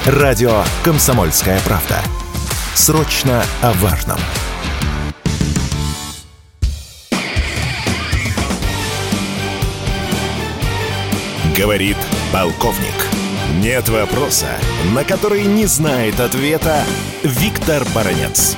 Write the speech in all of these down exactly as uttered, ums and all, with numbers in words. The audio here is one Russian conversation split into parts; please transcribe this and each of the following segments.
Радио «Комсомольская правда». Срочно о важном. Говорит полковник. Нет вопроса, на который не знает ответа Виктор Баранец.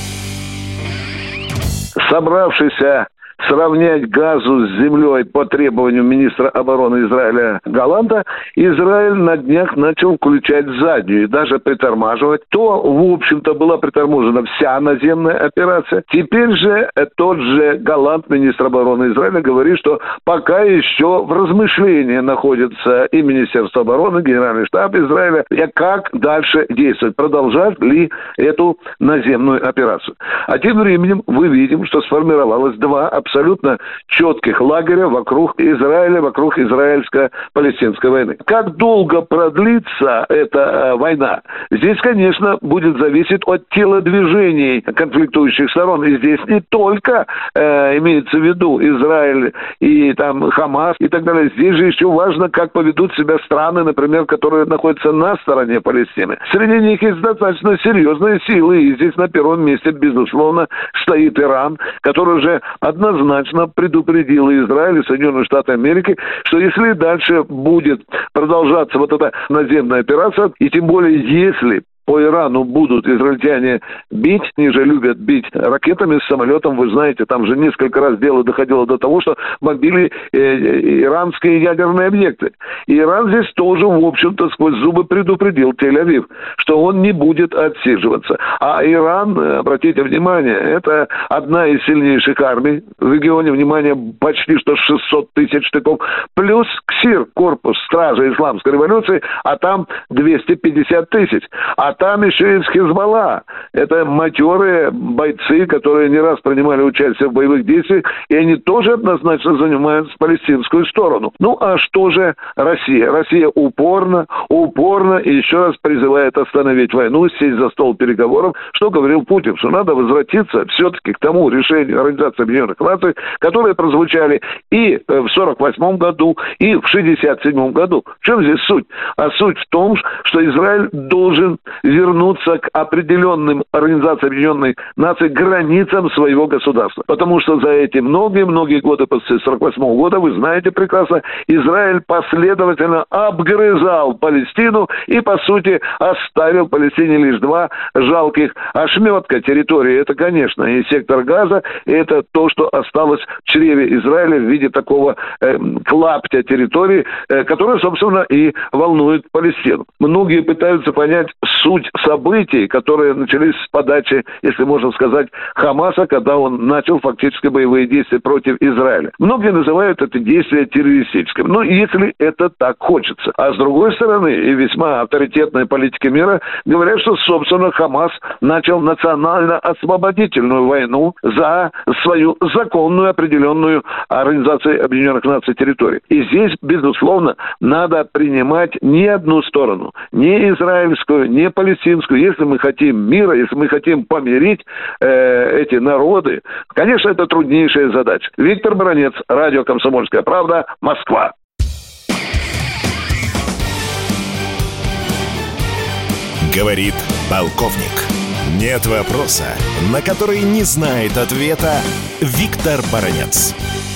Собравшийся сравнять Газу с землей по требованию министра обороны Израиля Галанта, Израиль на днях начал включать заднюю и даже притормаживать. То, в общем-то, была приторможена вся наземная операция. Теперь же тот же Галант, министр обороны Израиля, говорит, что пока еще в размышлении находится и Министерство обороны, Генеральный штаб Израиля, как дальше действовать, продолжать ли эту наземную операцию. А тем временем мы видим, что сформировалось два абсолютно четких лагеря вокруг Израиля, вокруг израильско-палестинской войны. Как долго продлится эта э, война? Здесь, конечно, будет зависеть от телодвижений конфликтующих сторон. И здесь не только э, имеется в виду Израиль и там Хамас и так далее. Здесь же еще важно, как поведут себя страны, например, которые находятся на стороне Палестины. Среди них есть достаточно серьезные силы. И здесь на первом месте, безусловно, стоит Иран, который уже однозначно однозначно предупредил Израиль и Соединенные Штаты Америки, что если дальше будет продолжаться вот эта наземная операция, и тем более если по Ирану будут израильтяне бить, они же любят бить ракетами с самолетом, вы знаете, там же несколько раз дело доходило до того, что бомбили э, иранские ядерные объекты. И Иран здесь тоже, в общем-то, сквозь зубы предупредил Тель-Авив, что он не будет отсиживаться. А Иран, обратите внимание, это одна из сильнейших армий в регионе, внимание, почти что шестьсот тысяч штыков, плюс КСИР, корпус стражи исламской революции, а там двести пятьдесят тысяч. А там еще есть Хизбалла. Это матерые бойцы, которые не раз принимали участие в боевых действиях, и они тоже однозначно занимают палестинскую сторону. Ну, а что же Россия? Россия упорно, упорно и еще раз призывает остановить войну, сесть за стол переговоров, что говорил Путин, что надо возвратиться все-таки к тому решению Организации Объединенных Наций, которые прозвучали и в сорок восьмом году, и в шестьдесят седьмом году. В чем здесь суть? А суть в том, что Израиль должен вернуться к определенным Организации Объединенных Наций границам своего государства. Потому что за эти многие-многие годы после сорок восьмого года, вы знаете прекрасно, Израиль последовательно обгрызал Палестину и, по сути, оставил Палестине лишь два жалких ошметка территории. Это, конечно, и сектор Газа, и это то, что осталось в чреве Израиля в виде такого э, клаптя территории, э, которая, собственно, и волнует Палестину. Многие пытаются понять суть событий, которые начались с подачи, если можно сказать, Хамаса, когда он начал фактически боевые действия против Израиля. Многие называют это действие террористическим. Ну, если это так хочется. А с другой стороны, и весьма авторитетные политики мира говорят, что, собственно, Хамас начал национально-освободительную войну за свою законную, определенную Организацией Объединенных Наций территорию. И здесь, безусловно, надо принимать не одну сторону, не израильскую, не палестинскую. Если мы хотим мира, если мы хотим помирить э, эти народы, конечно, это труднейшая задача. Виктор Баранец, радио «Комсомольская правда», Москва. Говорит полковник. Нет вопроса, на который не знает ответа Виктор Баранец.